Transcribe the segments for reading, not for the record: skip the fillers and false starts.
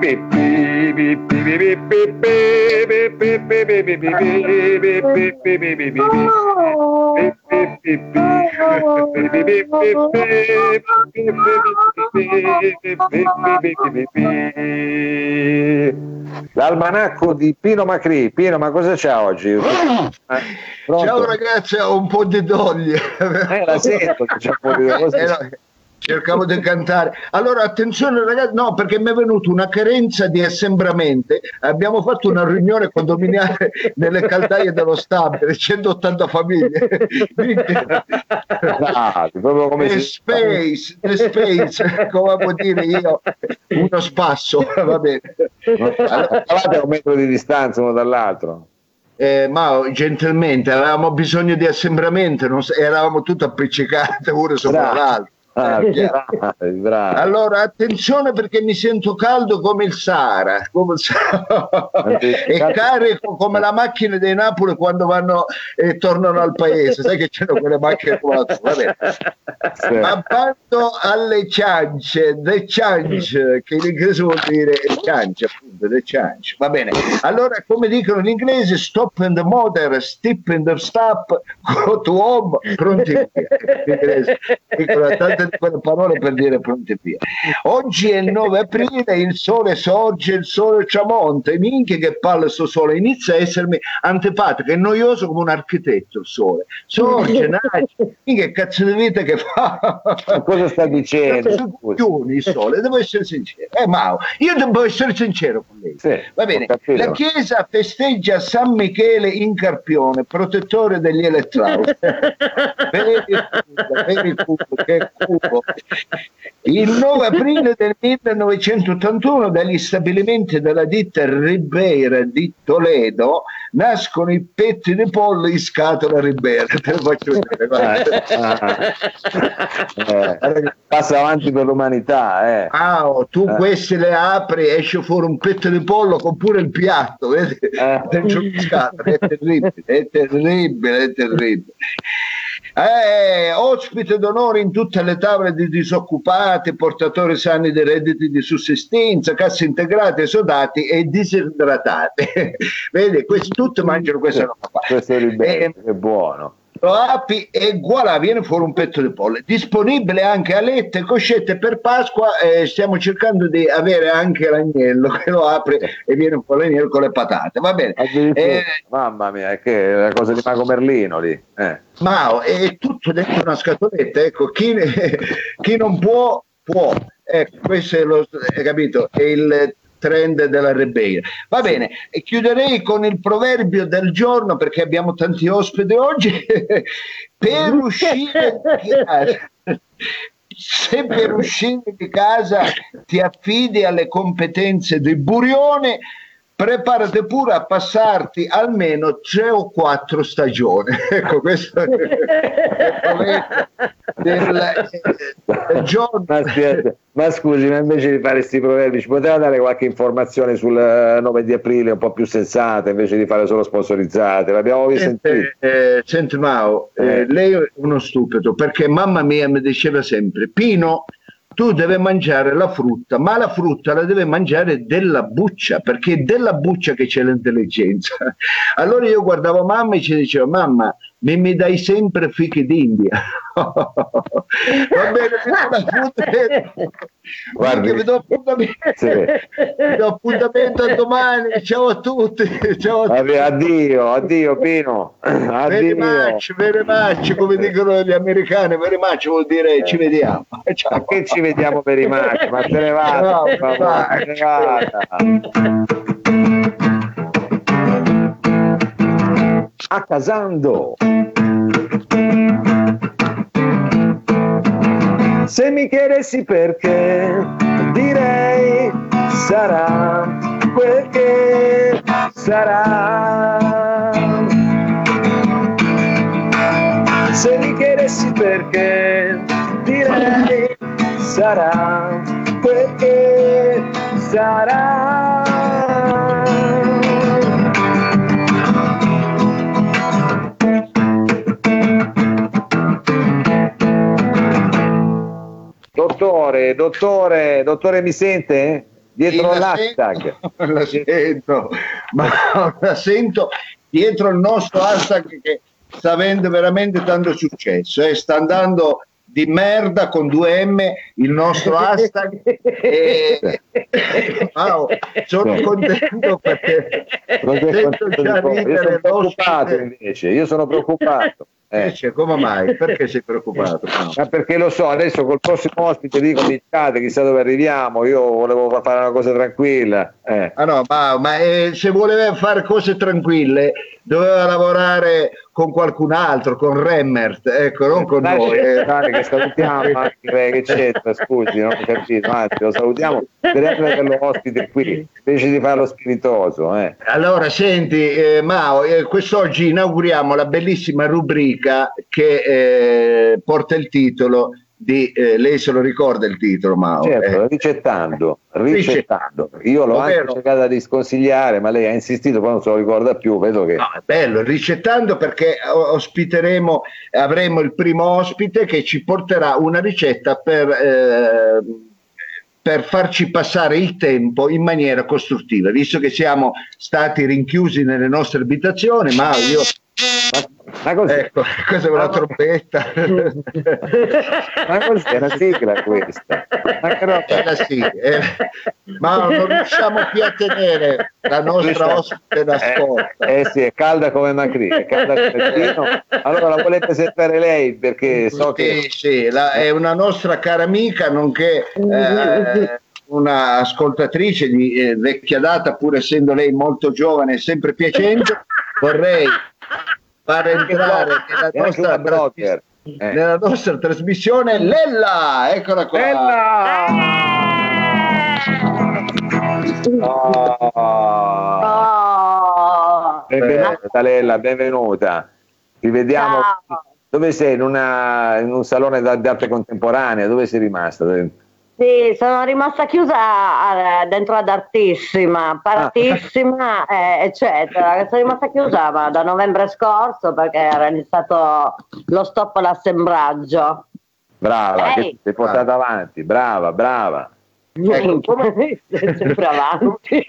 L'almanacco di Pino Macri. Pino, ma cosa c'è oggi? Ciao ragazzi, ho un po' di doglie. La sento che c'è un po' di doglie. Cercavo di cantare. Allora, attenzione ragazzi, no, perché mi è venuta una carenza di assembramenti. Abbiamo fatto una riunione condominiale nelle caldaie dello stabile, 180 famiglie. Proprio come the space, come può dire io, uno spasso, va bene. Allora, stavate a un metro di distanza uno dall'altro. Ma gentilmente avevamo bisogno di assembramento, eravamo tutti appiccicati uno sopra l'altro. Bravo. Allora attenzione perché mi sento caldo come il Sahara, e carico come la macchina dei Napoli quando vanno e tornano al paese, sai che c'erano quelle macchine come ma parto alle ciance, the ciance, che in inglese vuol dire ciance, appunto, the ciance, va bene. Allora, come dicono in inglese, stop in the motor, step in the stop, go to home, pronti via. In inglese dicono tante di quelle parole per dire pronti via. Oggi è il 9 aprile, il sole sorge, il sole tramonta, minchia che palle sto sole, inizia a essermi antipatico e noioso come un architetto il sole. Sorge, nasce, che cazzo di vita che fa? Cosa sta dicendo? Il sole, devo essere sincero. Mao, io devo essere sincero con lei. Sì, va bene, la Chiesa festeggia San Michele in Carpione, protettore degli elettrausti. Vedi che cubo. Il 9 aprile del 1981 dagli stabilimenti della ditta Ribera di Toledo nascono i petti di pollo in scatola Ribera. Te lo faccio vedere. Passa avanti per l'umanità. Tu queste le apri, esce fuori un petto di pollo con pure il piatto, vedi? Dentro la scatola. È terribile. Ospite d'onore in tutte le tavole di disoccupati, portatori sani di redditi di sussistenza, casse integrate, esodati e disidratati. Vedi, tutti mangiano questa roba qua. Questo è buono. Lo apri e voilà, viene fuori un petto di pollo. Disponibile anche a lette e coscette per Pasqua. Stiamo cercando di avere anche l'agnello che lo apre e viene fuori l'agnello con le patate. Va bene. Mamma mia, è che è la cosa di Mago Merlino lì. Ma è tutto dentro una scatoletta. Ecco, chi non può. Ecco, questo è capito? È il trend della Ribeira. Va bene, e chiuderei con il proverbio del giorno perché abbiamo tanti ospiti oggi. Per uscire di casa, se per uscire di casa ti affidi alle competenze di Burione, preparati pure a passarti almeno 3 o 4 stagioni. Ecco, questo è del giorno. Ma scusi, ma invece di fare questi proverbi ci poteva dare qualche informazione sul 9 di aprile un po' più sensata invece di fare solo sponsorizzate? L'abbiamo sentito. Senti Mao, lei è uno stupido perché mamma mia mi diceva sempre: Pino, tu devi mangiare la frutta, ma la frutta la devi mangiare della buccia, perché è della buccia che c'è l'intelligenza. Allora io guardavo mamma e ci dicevo: mamma, mi dai sempre fichi d'India. Va bene, guardi, vi do appuntamento a domani. Ciao a tutti. Ciao a tutti. Addio Pino. Very much, come dicono gli americani. Very much vuol dire ci vediamo. Ciao. Ma che ci vediamo very much? Ma te ne vada. A Casando. Se mi chiedessi perché, direi sarà quel che sarà. Se mi chiedessi perché, direi sarà quel che sarà. Dottore, mi sente? dietro l'hashtag. La sento, ma la sento dietro il nostro hashtag che sta avendo veramente tanto successo, sta andando di merda con 2M il nostro hashtag wow, sono contento perché sento già ridere preoccupato invece, io sono preoccupato. Come mai? Perché sei preoccupato? No. Ma perché lo so, adesso col prossimo ospite vi cominciate, chissà dove arriviamo, io volevo fare una cosa tranquilla. Ah no, ma se voleva fare cose tranquille doveva lavorare con qualcun altro, con Remmert, ecco, non con noi. Che salutiamo anche che c'entra, scusi, non ho capito, anzi lo salutiamo, speriamo di averlo ospite qui, invece di farlo spiritoso. Allora, senti, Mao, quest'oggi inauguriamo la bellissima rubrica che porta il titolo di, lei se lo ricorda il titolo, Mao? Certo, ricettando. Io l'ho anche cercato di sconsigliare, ma lei ha insistito, poi non se lo ricorda più, vedo che... No, è bello, ricettando, perché avremo il primo ospite che ci porterà una ricetta per farci passare il tempo in maniera costruttiva, visto che siamo stati rinchiusi nelle nostre abitazioni, ma io... Ma così. Ecco, questa è una trombetta. Ma così è una sigla questa. Ma che roba? È la sigla. Ma non riusciamo più a tenere la nostra ospite nascosta. Sì, è calda come Macri, è calda come Pino. Allora la vuole presentare lei, perché so che... Sì, è una nostra cara amica, nonché una ascoltatrice di vecchia data, pur essendo lei molto giovane e sempre piacente. Vorrei far entrare nella nostra trasmissione Lella, eccola qua. Lella! Benvenuta Lella, benvenuta. Ti vediamo. Ciao. Dove sei? In un salone d'arte contemporanea? Dove sei rimasta? Sì, sono rimasta chiusa dentro ad Artissima, Paratissima, eccetera. Sono rimasta chiusa da novembre scorso perché era iniziato lo stop all'assemblaggio. Brava, che ti sei portata avanti, brava. Ecco, sempre avanti.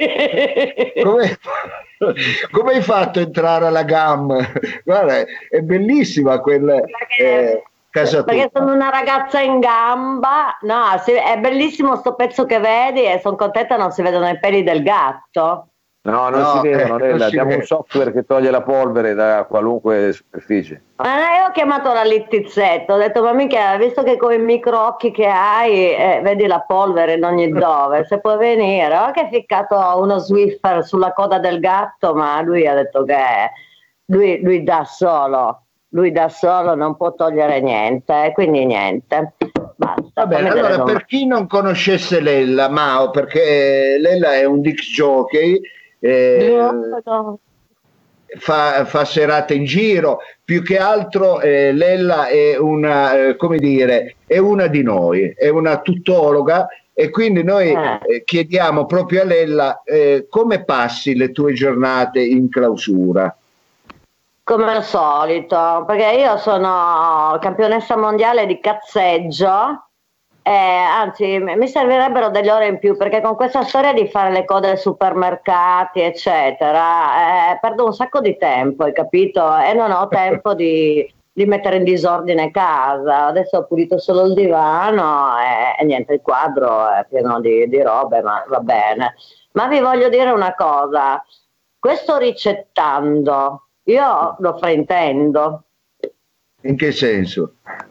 Come hai fatto a entrare alla GAM? Guarda, è bellissima quella... Perché sono una ragazza in gamba, no, è bellissimo sto pezzo che vedi e sono contenta, non si vedono i peli del gatto. No, non si vedono, abbiamo un software che toglie la polvere da qualunque superficie. Io ho chiamato la Littizzetto, ho detto ma mica, visto che con i micro occhi che hai vedi la polvere in ogni dove, se puoi venire. Ho che ficcato uno Swiffer sulla coda del gatto, ma lui ha detto che lui da solo. Lui da solo non può togliere niente, quindi niente. Basta. Va bene, allora per chi non conoscesse Lella, Mao, perché Lella è un disc jockey, no. fa serate in giro, più che altro Lella è una, come dire, è una di noi, è una tuttologa, e quindi noi chiediamo proprio a Lella come passi le tue giornate in clausura. Come al solito, perché io sono campionessa mondiale di cazzeggio, anzi mi servirebbero delle ore in più, perché con questa storia di fare le code ai supermercati eccetera perdo un sacco di tempo, hai capito? E non ho tempo di mettere in disordine casa. Adesso ho pulito solo il divano e niente, il quadro è pieno di robe, ma va bene. Ma vi voglio dire una cosa, questo ricettando io lo fraintendo. In che senso?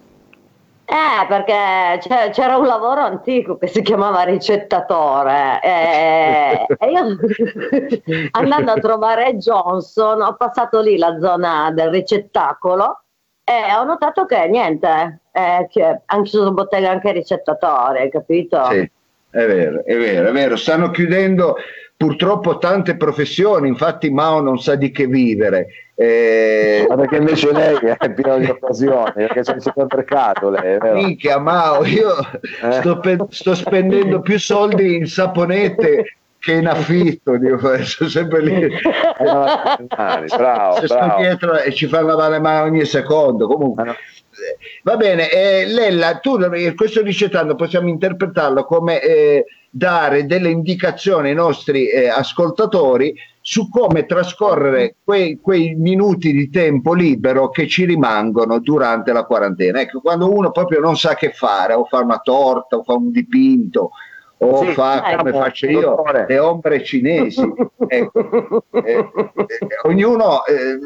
Perché c'era un lavoro antico che si chiamava ricettatore e io andando a trovare Johnson ho passato lì la zona del ricettacolo e ho notato che niente, che hanno chiuso bottega anche il ricettatore, hai capito? Sì, è vero, stanno chiudendo purtroppo tante professioni, infatti Mao non sa di che vivere. Ma perché invece lei è pieno di occasioni, perché c'è il supermercato lei, minchia Mao, io sto spendendo più soldi in saponette che in affitto, sono sempre lì. Bravo. Sto dietro e ci fanno lavare le mani ogni secondo. Comunque Va bene, Lella, tu questo ricettando possiamo interpretarlo come dare delle indicazioni ai nostri ascoltatori su come trascorrere quei minuti di tempo libero che ci rimangono durante la quarantena. Ecco, quando uno proprio non sa che fare, o fa una torta, o fa un dipinto, o fa come faccio io, le ombre cinesi. Ecco. Ognuno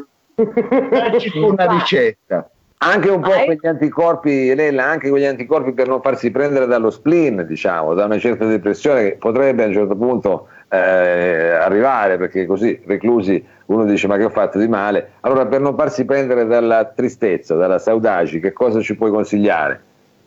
darci una ricetta. Anche un po' quegli anticorpi, Lella, anche quegli anticorpi per non farsi prendere dallo spleen, diciamo, da una certa depressione che potrebbe a un certo punto arrivare, perché così reclusi uno dice ma che ho fatto di male. Allora, per non farsi prendere dalla tristezza, dalla saudade, che cosa ci puoi consigliare?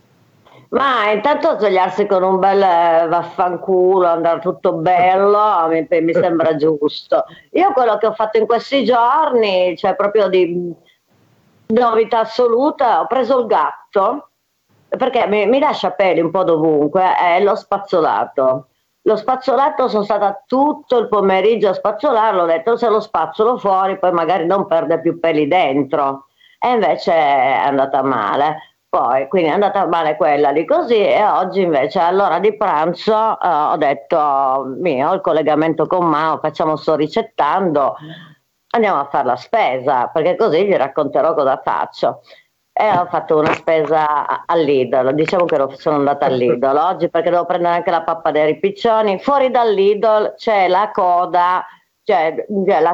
Ma intanto svegliarsi con un bel vaffanculo, andare tutto bello, mi sembra giusto. Io quello che ho fatto in questi giorni, cioè proprio di novità assoluta, ho preso il gatto, perché mi lascia peli un po' dovunque, è lo spazzolato. Lo spazzolato, sono stata tutto il pomeriggio a spazzolarlo, ho detto se lo spazzolo fuori poi magari non perde più peli dentro, e invece è andata male. Poi, quindi è andata male quella lì così, e oggi invece all'ora di pranzo ho detto, ho il collegamento con Mao, sto ricettando, andiamo a fare la spesa, perché così gli racconterò cosa faccio. E ho fatto una spesa all'Idol, diciamo che sono andata all'Idol oggi perché devo prendere anche la pappa dei ripiccioni. Fuori dall'Idol c'è la coda, cioè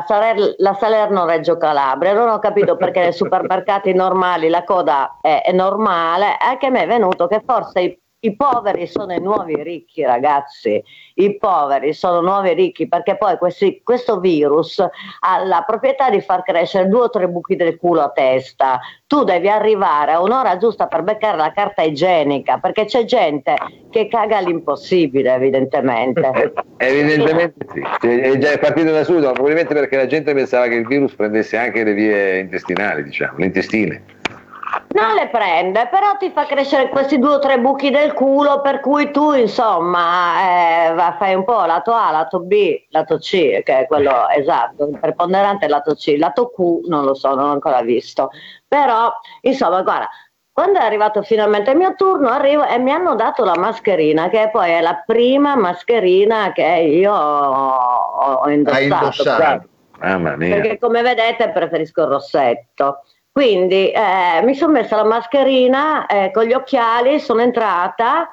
la Salerno Reggio Calabria. Non ho capito perché nei supermercati normali la coda è normale, anche a me è venuto che forse i poveri sono i nuovi ricchi, ragazzi. I poveri sono nuovi ricchi, perché poi questo virus ha la proprietà di far crescere 2 o 3 buchi del culo a testa. Tu devi arrivare a un'ora giusta per beccare la carta igienica, perché c'è gente che caga l'impossibile, evidentemente. Evidentemente sì, è già partito da subito, probabilmente perché la gente pensava che il virus prendesse anche le vie intestinali, diciamo, le intestine. Non le prende, però ti fa crescere questi 2 o 3 buchi del culo, per cui tu insomma fai un po' lato A, lato B, lato C, che è quello esatto, il preponderante è lato C, lato Q non lo so, non ho ancora visto, però insomma guarda, quando è arrivato finalmente il mio turno arrivo e mi hanno dato la mascherina, che poi è la prima mascherina che io ho indossato. Mamma mia. Perché come vedete preferisco il rossetto. Quindi mi sono messa la mascherina con gli occhiali, sono entrata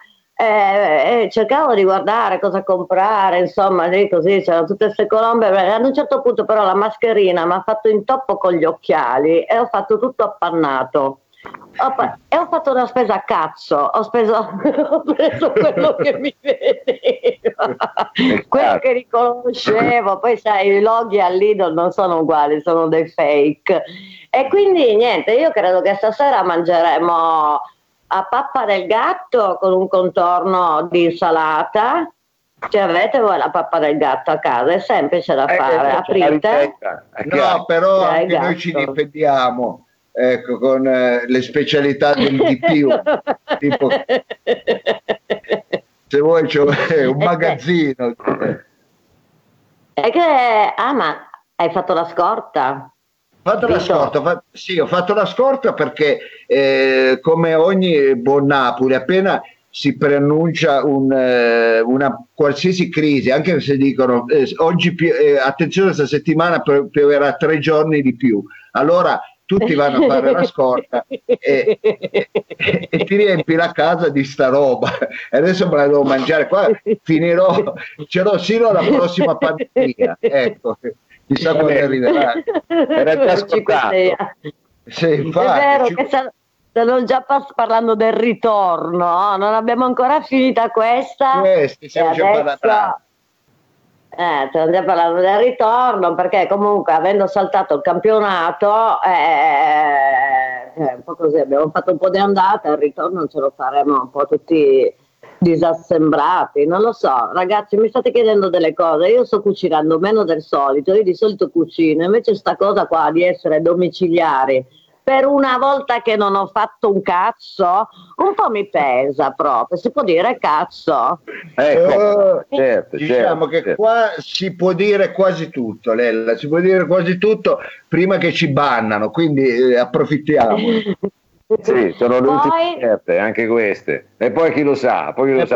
e cercavo di guardare cosa comprare, insomma, così c'erano tutte queste colombe. Ad un certo punto però la mascherina mi ha fatto intoppo con gli occhiali e ho fatto tutto appannato. E ho fatto una spesa a cazzo, ho preso quello che mi vedeva, quello che riconoscevo. Poi sai, i loghi all'Idol non sono uguali, sono dei fake, e quindi niente, io credo che stasera mangeremo a pappa del gatto con un contorno di insalata. Cioè, avete voi la pappa del gatto a casa? È semplice da fare, aprite. No, però anche noi ci difendiamo. Ecco, con le specialità del di più, tipo, se vuoi c'è un magazzino. È che, ma hai fatto la scorta? Sì, ho fatto la scorta perché come ogni buon Napoli, appena si preannuncia una qualsiasi crisi, anche se dicono oggi attenzione, questa settimana pioverà 3 giorni di più, allora tutti vanno a fare la scorta e ti riempi la casa di sta roba, e adesso me la devo mangiare qua, finirò, ce l'ho sino alla prossima pandemia, ecco, chissà quando arriverà. Era già scontato. Sì, infatti, è vero che stanno già parlando del ritorno, non abbiamo ancora finita questa. Stiamo già parlando. Stiamo già parlando del ritorno, perché comunque avendo saltato il campionato un po' così, abbiamo fatto un po' di andata, il ritorno ce lo faremo un po' tutti disassemblati, non lo so. Ragazzi, mi state chiedendo delle cose, io sto cucinando meno del solito, io di solito cucino, invece sta cosa qua di essere domiciliari per una volta che non ho fatto un cazzo, un po' mi pesa proprio, si può dire cazzo? Certo, diciamo che qua si può dire quasi tutto, Lella, si può dire quasi tutto prima che ci bannano, quindi approfittiamo. Sì, sono le ultime certe, anche queste. E poi chi lo sa,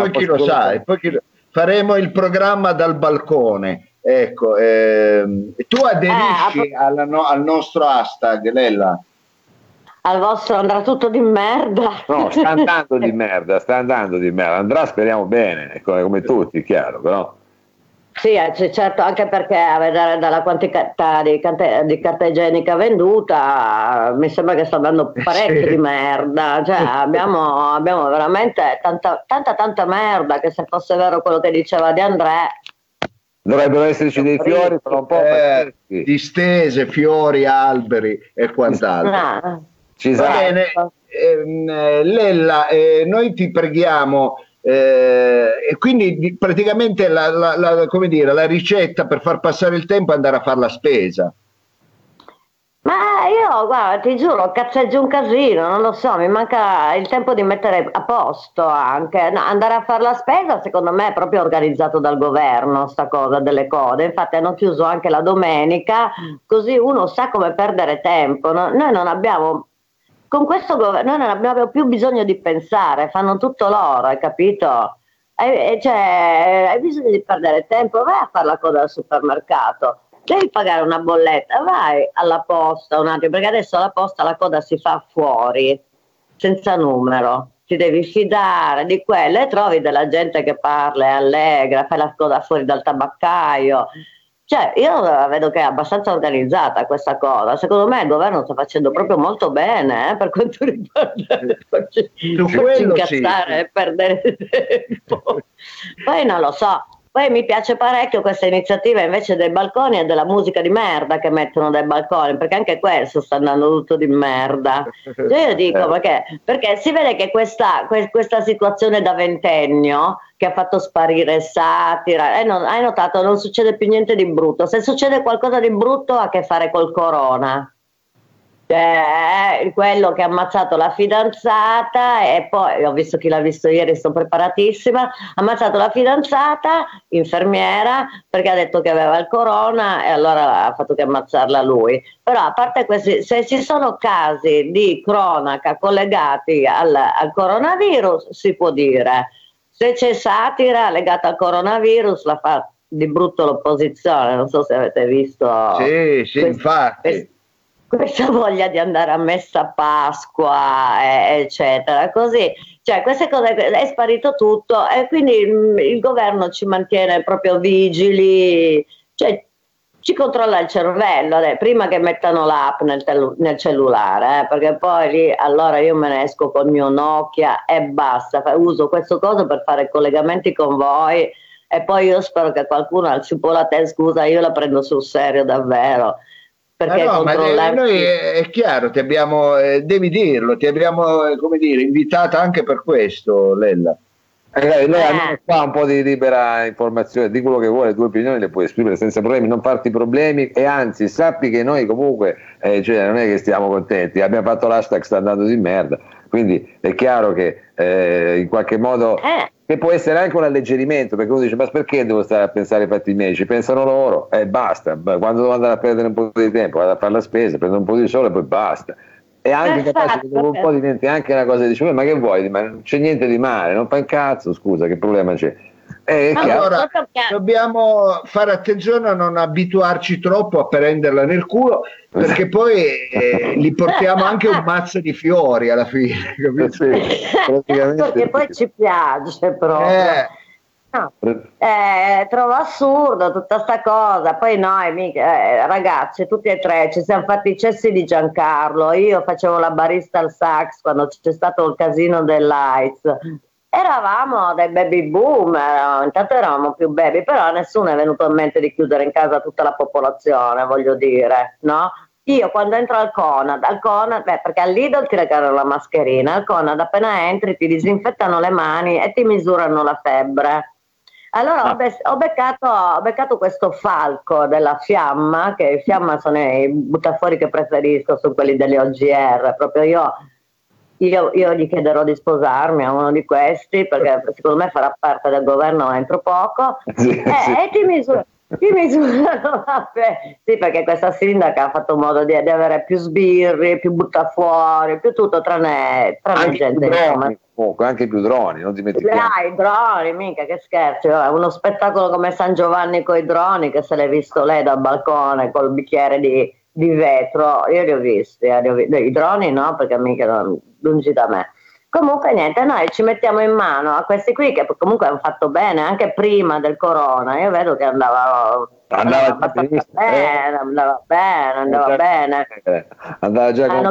faremo il programma dal balcone. Ecco, tu aderisci al nostro hashtag, Lella? Al vostro andrà tutto di merda. No, sta andando di merda, andrà, speriamo bene, come tutti, chiaro, però. Sì, certo, anche perché a vedere dalla quantità di carta igienica venduta mi sembra che sta andando parecchio di merda, cioè abbiamo veramente tanta merda, che se fosse vero quello che diceva De André dovrebbero esserci dei fiori fra un po', distese, fiori, alberi e quant'altro. Ci Va bene, Lella, noi ti preghiamo. E quindi praticamente la ricetta per far passare il tempo è andare a fare la spesa. Ma io, guarda, ti giuro, cazzeggio un casino, non lo so, mi manca il tempo di mettere a posto anche. No, andare a fare la spesa, secondo me, è proprio organizzato dal governo, sta cosa delle code. Infatti hanno chiuso anche la domenica, così uno sa come perdere tempo. Noi non abbiamo... Con questo governo noi non abbiamo più bisogno di pensare, fanno tutto loro, hai capito? Hai bisogno di perdere tempo, vai a fare la coda al supermercato, devi pagare una bolletta, vai alla posta un attimo, perché adesso alla posta la coda si fa fuori, senza numero, ti devi fidare di quello e trovi della gente che parla, è allegra, fai la coda fuori dal tabaccaio. Cioè, io vedo che è abbastanza organizzata questa cosa. Secondo me il governo sta facendo proprio molto bene, per quanto riguarda farci incazzare e perdere tempo. Poi non lo so. Poi mi piace parecchio questa iniziativa invece dei balconi e della musica di merda che mettono dai balconi, perché anche questo sta andando tutto di merda. Io dico perché si vede che questa situazione da ventennio che ha fatto sparire satira, hai notato, non succede più niente di brutto. Se succede qualcosa di brutto ha a che fare col corona. Quello che ha ammazzato la fidanzata, e poi ho visto chi l'ha visto ieri, sto preparatissima, ha ammazzato la fidanzata, infermiera, perché ha detto che aveva il corona e allora ha fatto che ammazzarla lui. Però a parte questi, se ci sono casi di cronaca collegati al coronavirus, si può dire. Se c'è satira legata al coronavirus, la fa di brutto l'opposizione. Non so se avete visto. Sì, infatti. Questa voglia di andare a messa a Pasqua, eccetera, così, cioè queste cose, è sparito tutto e quindi il governo ci mantiene proprio vigili, cioè ci controlla il cervello, prima che mettano l'app nel cellulare, perché poi lì allora io me ne esco col mio Nokia e basta, uso questo coso per fare collegamenti con voi e poi io spero che qualcuno al cipollate, scusa, io la prendo sul serio davvero. Perché ma noi è chiaro, devi dirlo, ti abbiamo invitata anche per questo, Lella. Noi abbiamo qua un po' di libera informazione, di quello che vuole, tue opinioni le puoi esprimere senza problemi, non farti problemi e anzi sappi che noi comunque non è che stiamo contenti, abbiamo fatto l'hashtag sta andando di merda, quindi è chiaro che in qualche modo che può essere anche un alleggerimento, perché uno dice ma perché devo stare a pensare ai fatti miei, ci pensano loro e basta, quando devo andare a perdere un po' di tempo vado a fare la spesa, prendo un po' di sole e poi basta. E anche capace che dopo un po' diventi anche una cosa, dice ma che vuoi, ma non c'è niente di male, non fa un cazzo, scusa, che problema c'è? Allora dobbiamo fare attenzione a non abituarci troppo a prenderla nel culo, perché poi gli portiamo anche un mazzo di fiori alla fine, capito? Sì, perché poi ci piace proprio. No. Trovo assurdo tutta sta cosa. Poi noi ragazzi tutti e tre ci siamo fatti i cessi di Giancarlo, io facevo la barista al Sax quando c'è stato il casino dell'AIDS, eravamo dei baby boomer, intanto eravamo più baby, però a nessuno è venuto in mente di chiudere in casa tutta la popolazione, voglio dire, no? Io quando entro al Conad, perché al Lidl ti regalano la mascherina, al Conad appena entri ti disinfettano le mani e ti misurano la febbre. Allora ho beccato questo falco della Fiamma, che Fiamma sono i buttafuori che preferisco, sono quelli delle OGR, proprio io gli chiederò di sposarmi a uno di questi, perché secondo me farà parte del governo entro poco, sì. E Chi misurano la fede? Sì, perché questa sindaca ha fatto modo di avere più sbirri, più butta fuori, più tutto, tranne Anche gente. più droni, comunque, anche più droni, non dimentichiamo. I droni, mica che scherzi, uno spettacolo come San Giovanni con i droni che se l'hai visto lei dal balcone col bicchiere di vetro, io li ho visti, i droni no, perché mica lungi da me. Comunque niente, noi ci mettiamo in mano a questi qui che comunque hanno fatto bene anche prima del corona, io vedo che andava abbastanza bene, andava bene. Andava già con...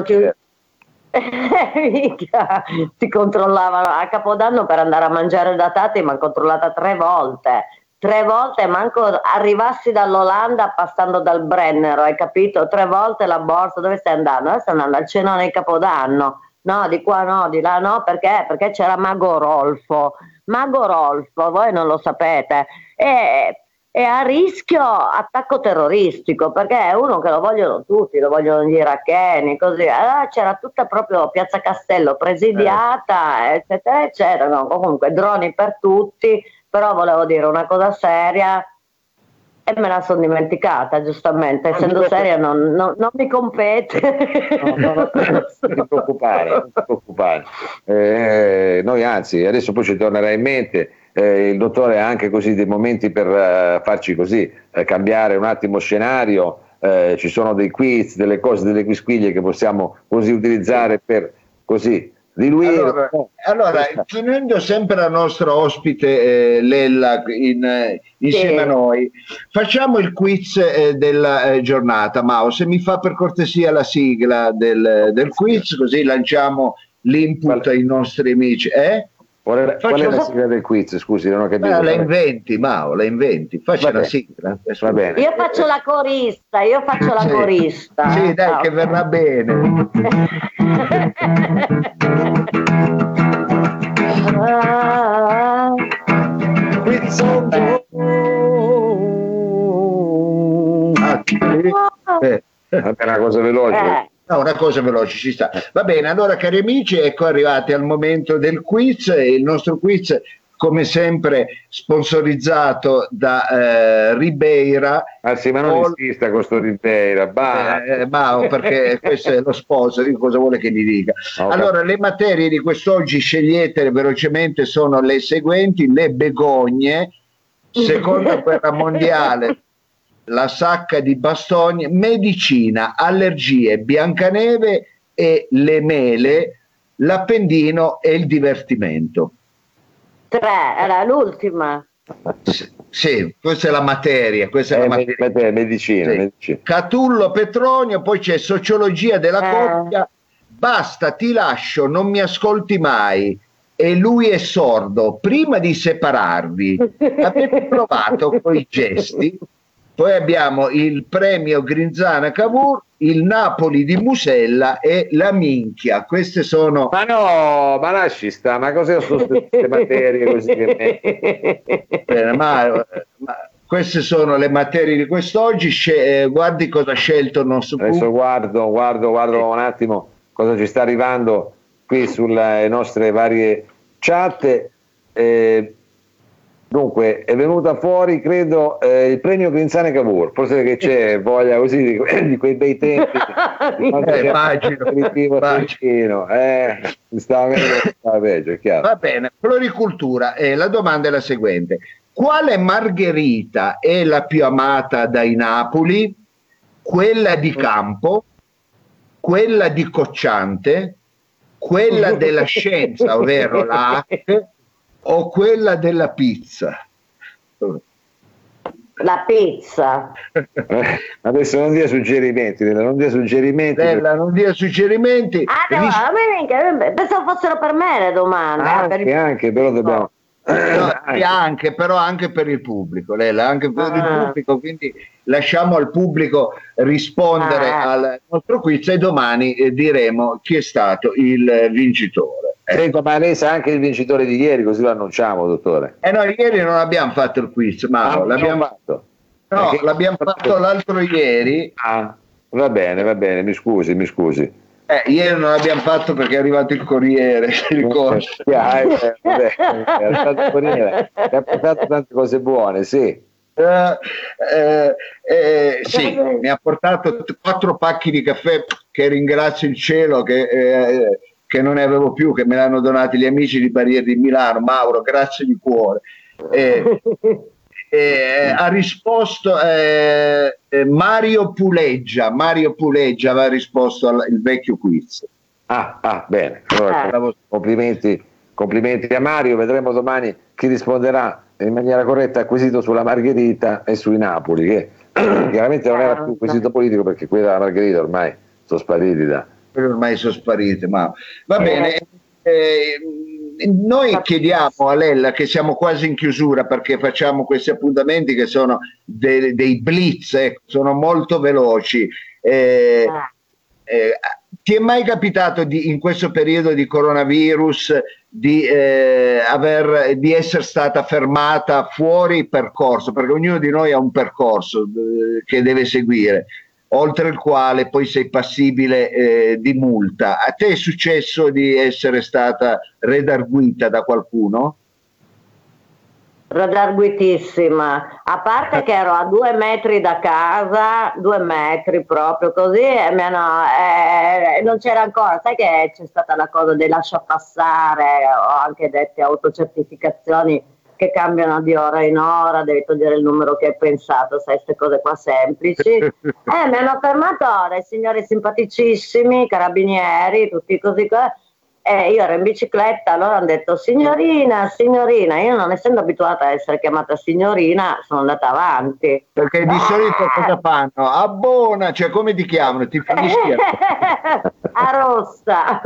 Mica, ti controllavano a Capodanno per andare a mangiare da Tati, mi hanno controllata 3 volte, manco arrivassi dall'Olanda passando dal Brennero, hai capito? 3 volte la borsa, dove stai andando? Adesso sto andando al cenone di Capodanno, no, di qua no, di là no, perché c'era Mago Rolfo, voi non lo sapete, e a rischio attacco terroristico, perché è uno che lo vogliono tutti, lo vogliono gli iracheni, così. Allora c'era tutta proprio Piazza Castello presidiata, eccetera, eccetera. No, comunque droni per tutti, però volevo dire una cosa seria e me la sono dimenticata, giustamente. Essendo seria non mi compete. Non ti preoccupare. Noi anzi, adesso poi ci tornerà in mente. Il dottore ha anche così dei momenti per farci così cambiare un attimo scenario, ci sono dei quiz, delle cose, delle quisquiglie che possiamo così utilizzare per così diluire. Allora, tenendo sempre la nostra ospite Lella insieme a noi, facciamo il quiz della giornata. Mao, se mi fa per cortesia la sigla del quiz, così lanciamo l'input ai nostri amici. Qual è la sigla del quiz? Scusi, non ho capito. La inventi, Mao, la inventi. Faccia la sigla. Va bene. Io faccio la corista, corista. Sì, dai, che verrà bene. È una cosa veloce. No, una cosa veloce ci sta. Va bene, allora cari amici, ecco arrivati al momento del quiz. Il nostro quiz, come sempre, sponsorizzato da Ribeira. Sì, ma non insista con sto Ribeira, perché questo è lo sponsor, cosa vuole che gli dica? Okay. Allora, le materie di quest'oggi, sceglietele velocemente, sono le seguenti: le begogne, seconda guerra mondiale, la sacca di Bastogne, medicina, allergie, Biancaneve e le mele, l'Appendino e il divertimento. 3, era l'ultima. Sì, questa è la materia. Questa è la materia. Medicina, sì. Medicina. Catullo, Petronio, poi c'è sociologia della coppia, basta, ti lascio, non mi ascolti mai. E lui è sordo. Prima di separarvi, avete provato coi gesti? Poi abbiamo il premio Grinzana Cavour, il Napoli di Musella e la minchia. Queste sono... Ma no, ma lasci sta, ma cos'è su queste materie così che Bene, ma queste sono le materie di quest'oggi. Guardi cosa ha scelto il nostro pubblico. Adesso guardo un attimo cosa ci sta arrivando qui sulle nostre varie chat. Dunque è venuta fuori, credo, il premio Grinzane Cavour, forse che c'è voglia così di quei bei tempi. Immagino. Stava peggio, è chiaro. Va bene, floricultura. La domanda è la seguente: quale margherita è la più amata dai Napoli? Quella di campo, quella di Cocciante, quella della scienza, ovvero la Hack, o quella della pizza? La pizza. Adesso non dia suggerimenti, non dia suggerimenti. Pensavo fossero per me le domande. Anche, però dobbiamo... anche per il pubblico, anche per il pubblico, quindi lasciamo al pubblico rispondere al nostro quiz e domani diremo chi è stato il vincitore. Senta, ma lei sa anche il vincitore di ieri, così lo annunciamo, dottore. No, ieri non abbiamo fatto il quiz, ma l'abbiamo fatto. No, l'abbiamo fatto l'altro ieri. Va bene, mi scusi. Ieri non l'abbiamo fatto perché è arrivato il Corriere, ti ricordi? È arrivato il Corriere, ha portato tante cose buone, sì. Sì, mi ha portato 4 pacchi di caffè che ringrazio il cielo che non ne avevo più, che me l'hanno donati gli amici di Barriere di Milano. Mauro, grazie di cuore. Ha risposto Mario Puleggia aveva risposto il vecchio quiz. Bene, allora, complimenti a Mario. Vedremo domani chi risponderà in maniera corretta al quesito sulla Margherita e sui Napoli, che chiaramente non era più un quesito politico, perché quelli della Margherita ormai sono spariti. Ma va bene. Noi chiediamo a Lella, che siamo quasi in chiusura perché facciamo questi appuntamenti che sono dei blitz, sono molto veloci. Ti è mai capitato in questo periodo di coronavirus di essere stata fermata fuori percorso? Perché ognuno di noi ha un percorso che deve seguire, oltre il quale poi sei passibile di multa. A te è successo di essere stata redarguita da qualcuno? Redarguitissima, a parte che ero a 2 metri da casa, 2 metri proprio così, e non c'era ancora, sai che c'è stata la cosa dei lascia passare, o anche dette autocertificazioni che cambiano di ora in ora, devi togliere il numero che hai pensato, sai, queste cose qua semplici. Mi hanno fermato dei signori simpaticissimi, carabinieri, tutti così. Io ero in bicicletta, allora hanno detto signorina, io non essendo abituata a essere chiamata signorina sono andata avanti. Perché di solito cosa fanno? Abbona, cioè come ti chiamano? Ti finisci a rossa.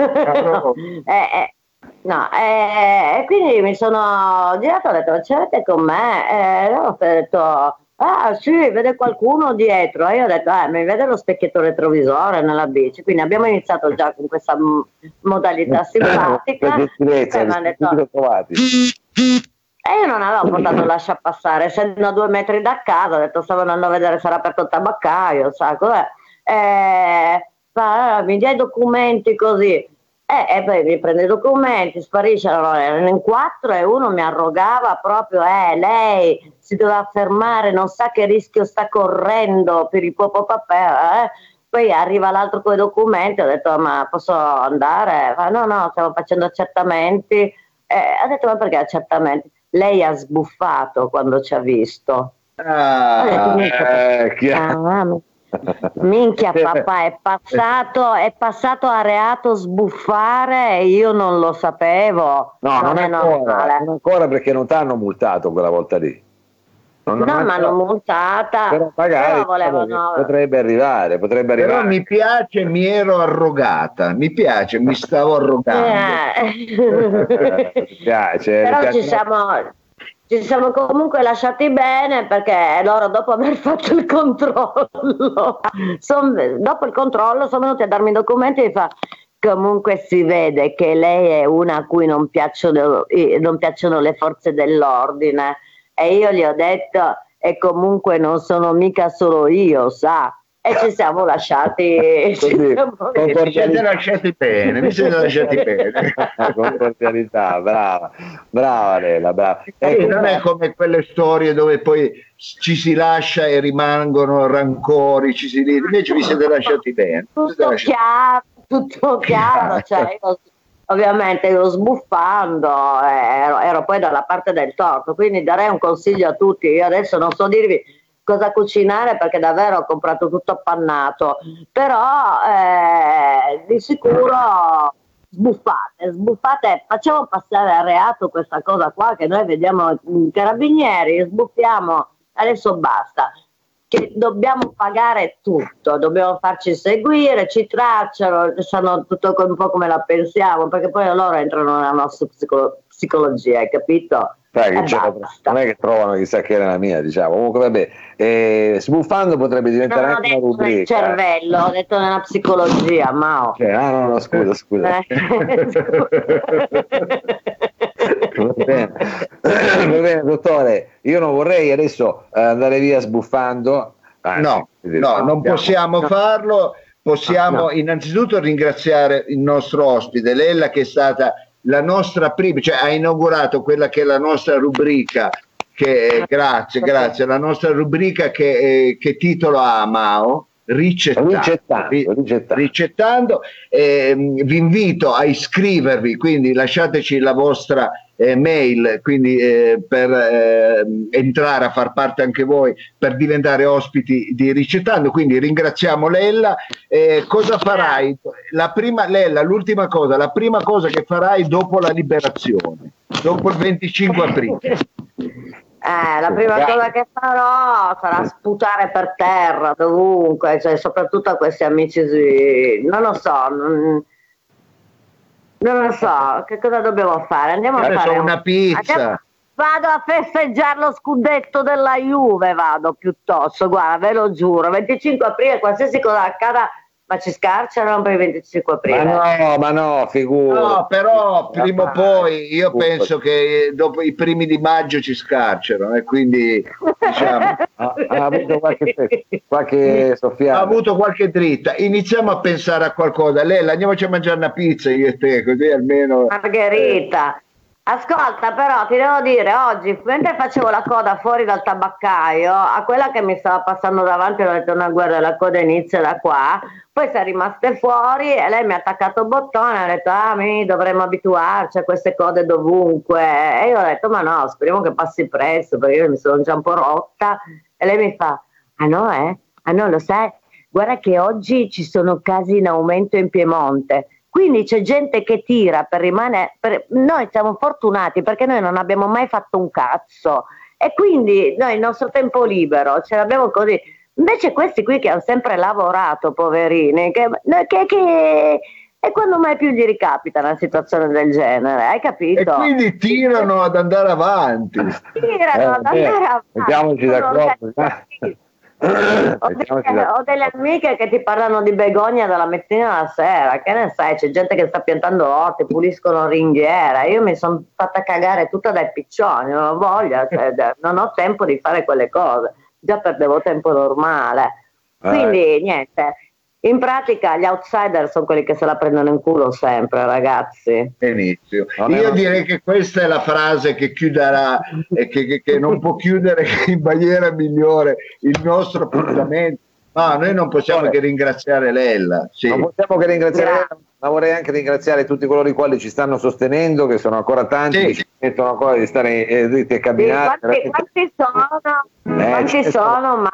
E quindi mi sono girata e ho detto, ce l'avete con me? E ho detto, sì, vede qualcuno dietro. E io ho detto, mi vede lo specchietto retrovisore nella bici. Quindi abbiamo iniziato già con questa modalità simpatica. E mi hanno detto, e io non avevo portato il lasciapassare, essendo a 2 metri da casa, ho detto, stavo andando a vedere se era aperto il tabaccaio, sa cos'è? Mi dia i documenti così. E poi mi prende i documenti, sparisce, erano in 4 e uno mi arrogava proprio, lei si doveva fermare, non sa che rischio sta correndo per il proprio papà. Poi arriva l'altro con i documenti, ho detto, ma posso andare? No, stiamo facendo accertamenti. Ha detto, ma perché accertamenti? Lei ha sbuffato quando ci ha visto. Minchia papà, è passato a reato sbuffare e io non lo sapevo. Non ancora, perché non ti hanno multato quella volta lì. Mi hanno multata, però magari potrebbe arrivare. Però mi piace, mi ero arrogata, mi stavo arrogando. Mi piace. Però ci siamo comunque lasciati bene, perché loro, dopo aver fatto il controllo, dopo il controllo sono venuti a darmi i documenti e fa, comunque si vede che lei è una a cui non piacciono le forze dell'ordine. E io gli ho detto, e comunque non sono mica solo io, sa. E ci siamo lasciati. Mi siete lasciati bene. Con cordialità, brava Lella, brava. Non è come quelle storie dove poi ci si lascia e rimangono rancori, invece vi siete lasciati bene. Tutto chiaro, cioè ovviamente io sbuffando ero poi dalla parte del torto, quindi darei un consiglio a tutti. Io adesso non so dirvi cosa cucinare, perché davvero ho comprato tutto appannato, però di sicuro sbuffate, facciamo passare a reato questa cosa qua, che noi vediamo i carabinieri, sbuffiamo, adesso basta, che dobbiamo pagare tutto, dobbiamo farci seguire, ci tracciano, sanno tutto un po' come la pensiamo, perché poi loro entrano nella nostra psicologia, hai capito? Non è che trovano chissà che era la mia, diciamo. Comunque vabbè, sbuffando potrebbe diventare anche una rubrica. Nel cervello, ho detto nella psicologia, Mao. No, scusa. Va bene, dottore, io non vorrei adesso andare via sbuffando. No, non possiamo farlo. Possiamo innanzitutto ringraziare il nostro ospite, Lella, che è stata la nostra prima, cioè ha inaugurato quella che è la nostra rubrica, Grazie. La nostra rubrica che titolo ha, Mao? Ricettando. Vi invito a iscrivervi, quindi lasciateci la vostra mail, quindi per entrare a far parte anche voi, per diventare ospiti di Ricettando. Quindi ringraziamo Lella. Cosa farai? Lella, l'ultima cosa, la prima cosa che farai dopo la liberazione, dopo il 25 aprile? La prima cosa che farò sarà sputare per terra dovunque, cioè, soprattutto a questi amici non lo so, che cosa dobbiamo fare? Andiamo a fare una pizza. Vado a festeggiare lo scudetto della Juve, piuttosto, guarda, ve lo giuro, 25 aprile, qualsiasi cosa accada, ma ci scarciano per il 25 aprile. Ma no, figura. No, però prima o poi io penso che dopo i primi di maggio ci scarcerano e quindi diciamo ha avuto qualche soffiata. Ha avuto qualche dritta. Iniziamo a pensare a qualcosa. Lella, andiamoci a mangiare una pizza io e te, così almeno Margherita. Ascolta, però ti devo dire, oggi mentre facevo la coda fuori dal tabaccaio, a quella che mi stava passando davanti ho detto: no, guarda, la coda inizia da qua. Poi siamo rimaste fuori e lei mi ha attaccato il bottone e ha detto: dovremmo abituarci a queste code dovunque. E io ho detto: ma no, speriamo che passi presto, perché io mi sono già un po' rotta. E lei mi fa: ah no, lo sai, guarda che oggi ci sono casi in aumento in Piemonte. Quindi c'è gente che tira per rimanere. Noi siamo fortunati perché noi non abbiamo mai fatto un cazzo e quindi noi il nostro tempo libero ce l'abbiamo così. Invece questi qui che hanno sempre lavorato, poverini, che e quando mai più gli ricapita una situazione del genere, hai capito? E quindi tirano ad andare avanti. Mettiamoci d'accordo. Ho delle amiche che ti parlano di begonia dalla mattina alla sera, che ne sai, c'è gente che sta piantando orti, puliscono ringhiera, io mi sono fatta cagare tutta dai piccioni, non ho voglia, cioè, non ho tempo di fare quelle cose, già perdevo tempo normale, quindi niente. In pratica gli outsider sono quelli che se la prendono in culo sempre, ragazzi. Benissimo. Io direi che questa è la frase che chiuderà e che non può chiudere in maniera migliore il nostro appuntamento. No, noi non possiamo che ringraziare Lella. Sì. Non possiamo che ringraziare Lella, ma vorrei anche ringraziare tutti coloro i quali ci stanno sostenendo, che sono ancora tanti, che ci mettono ancora di stare dritti e camminare. Quanti sono?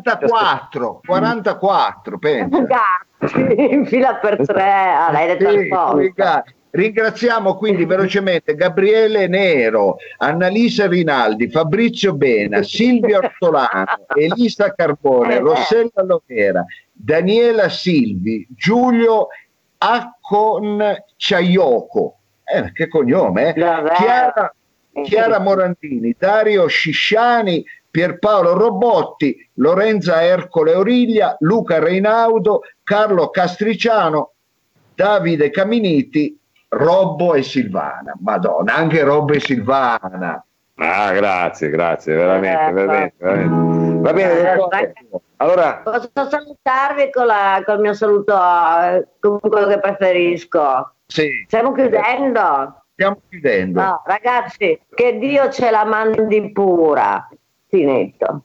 44, penso. In fila per 3, l'hai detto Ringraziamo quindi velocemente Gabriele Nero, Annalisa Rinaldi, Fabrizio Bena, Silvia Ortolano, Elisa Carbone, Rossella Lovera, Daniela Silvi, Giulio Acconciaiocco, che cognome, Chiara Morandini, Dario Scisciani, Pierpaolo Robotti, Lorenza Ercole Origlia, Luca Reinaudo, Carlo Castriciano, Davide Caminiti, Robbo e Silvana. Madonna, anche Robbo e Silvana. Grazie, veramente. Va bene, allora posso salutarvi col mio saluto, con quello che preferisco. Sì. Stiamo chiudendo? Stiamo chiudendo. No, ragazzi, che Dio ce la mandi pura. Finito.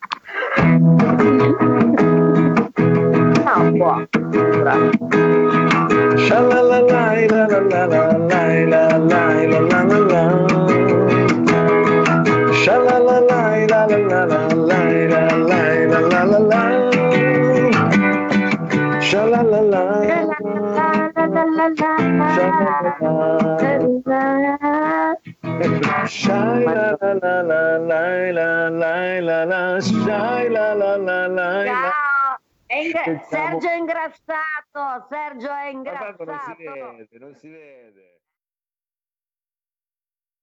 No, può. Sergio è ingrassato, Sergio è ingrassato. Non si vede.